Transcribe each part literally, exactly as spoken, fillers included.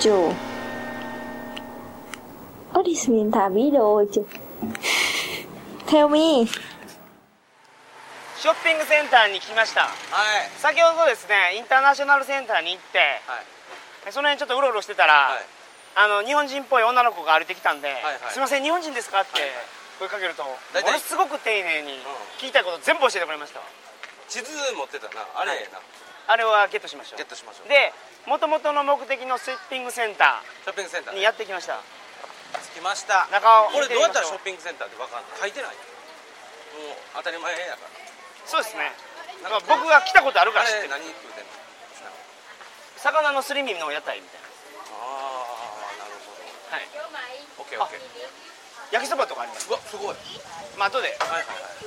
Chu. What is mean ถ่ายวิดีโอจู Tell me. ショッピングセンターに来ました。 はい。 先ほどですね、インターナショナルセンターに行って、 はい。 その辺ちょっとうろうろしてたら、 はい、 あの日本人っぽい女の子が歩いてきたんで、はいはい、 すいません日本人ですかって声かけると、 大体ものすごく丁寧に聞きたいこと全部教えてくれました。 地図持ってたな、あれやな、 はい、あれはゲットしましょう。 ゲットしましょう。 で、もともとの目的のショッピングセンターショッピングセンターにやってきました。 着きました。 中をこれどうやったらショッピングセンターって分かんない、書いてない。もう当たり前やから。 そうですね。なんか僕が来たことあるから知ってる。 あれ何食うてんの？ 魚のすり身の屋台みたいな。 ああ、なるほど。 はい。 オッケーオッケー。 焼きそばとかあります。 うわ、すごい。 まあ後で。はい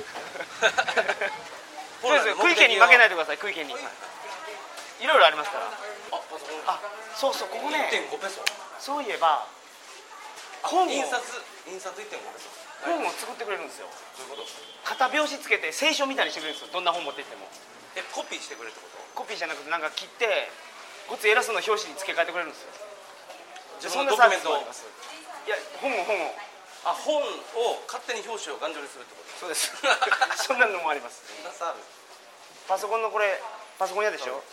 はいはい。そうです。食い気に負けないでください。食い気に。いろいろありますから。 あ、パソコン。 あ、そうそう、ここね。 いってんごペソ。 そういえば本を印刷印刷いってんごペソ。 本を作ってくれるんですよ。 どういうこと？ 片表紙つけて聖書みたいにしてくれるんですよ。どんな本持って行っても。 え、コピーしてくれるってこと？ コピーじゃなくてなんか切ってごつ偉そうな表紙に付け替えてくれるんですよ。 自分のドキュメントを。 いや、本を本を。 あ、本を勝手に表紙を頑丈にするってこと？ そうです。そんなのもあります。 そんなサービス。 パソコンのこれパソコン屋でしょ。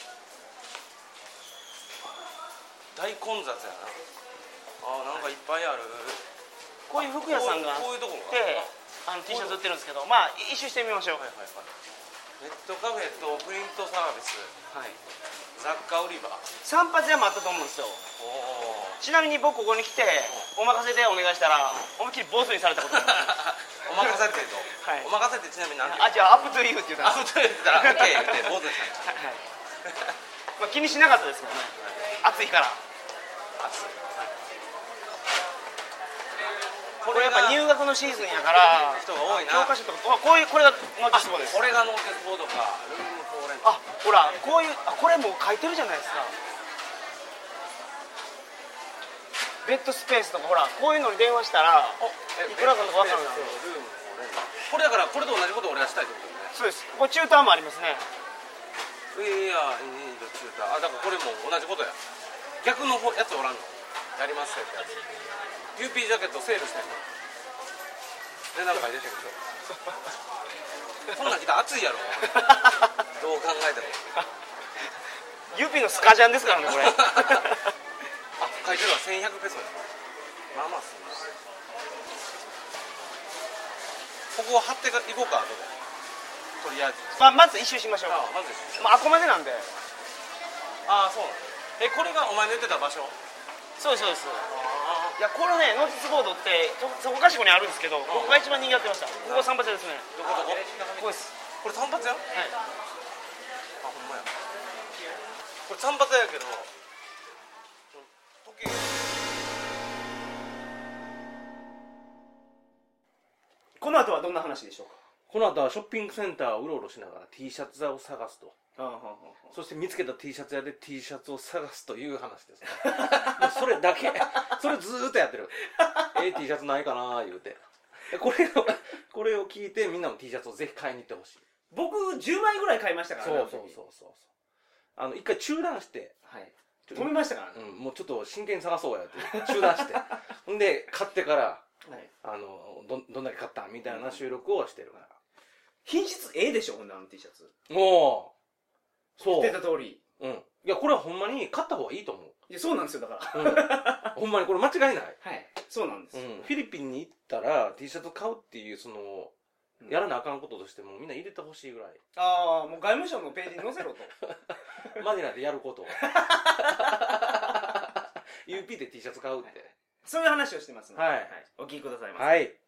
大混雑やな。あ、なんかいっぱいある。 こういう服屋さんがあってあの T シャツ売ってるんですけど、まあ一周してみましょう。はいはいはい。 ネットカフェとプリントサービス、はい、雑貨売り場、 散髪屋もあったと思うんですよ。ちなみに僕ここに来てお任せでお願いしたら思いっきり坊主にされたことがある。 お任せって言うと、はい、お任せってちなみに何て言う？ あ、じゃあアップトゥーユーって言ったんです。アップトゥーユーって言ったら OK 言って坊主にされた。はい。 まあ気にしなかったですけどね。暑いから。 暑い。 これやっぱ入学のシーズンやから人が多いな。 教科書とかこういうこれがノーティスボードです。 これがノーティスボードか。ルームフォーレント。 あ、ほらこういうあこれもう書いてるじゃないですか。ベッドスペースとかほらこういうのに電話したらいくらかとか分かるんですよ。 ルームフォーレント。これだからこれと同じことを俺はしたいってことね。 そうです。これチューターもありますね。 いやいいチューター。あ、だからこれも同じことや。逆のやつおらんの。やりますってやつ。ユーピー ジャケットセールしてんの。でなんか出てるでしょ。こんなん来たら暑いやろ。どう考えても。 ユーピー のスカジャンですからねこれ。あ、 書いてるわせんひゃくペソや。まあまあすんな。ここ貼っていこうか後で。とりあえず。 ままず一周しましょう。 ああ、まず一周。 まああこまでなんで。 ああ、そうなの。え、これがお前の言ってた場所？ そうですそうです。いやこれねノーティスボードってそこかしこにあるんですけど、ここが一番人気あってました。ここ散髪屋ですね。 どこどこ？ ここです。 これ散髪屋？はい。あ、ほんまや。これ散髪屋やけど時計。 この後はどんな話でしょうか。 この後はショッピングセンターをうろうろしながら T シャツ屋を探すと。 はあはあはあ、 そして見つけた T シャツ屋で T シャツを探すという話です、ね、もうそれだけそれずーっとやってる。えー、T シャツないかなー言うてこれをこれを聞いてみんなも T シャツをぜひ買いに行ってほしい。 僕じゅうまいぐらい買いましたからね。 そうそうそうそう。あの一回中断して、 はい、止めましたからね、 うん、もうちょっと真剣に探そうやって中断してほんで買ってから、はい、あの ど, どんだけ買ったみたいな収録をしてるから、うん、 品質ええでしょほんなあの T シャツ。 もうそう言ってた通り。 うん。いやこれはほんまに買った方がいいと思う。 いやそうなんですよだから、 うん、ほんまにこれ間違いない。 はいそうなんです、 うん、フィリピンに行ったら T シャツ買うっていうその、うん、やらなあかんこととしてもみんな入れてほしいぐらい。 ああもう外務省のページに載せろと。 マニラでやることユーピー で T シャツ買うって、はい、 そういう話をしてますので、 はい、 はい、お聞きくださいませ。 はい。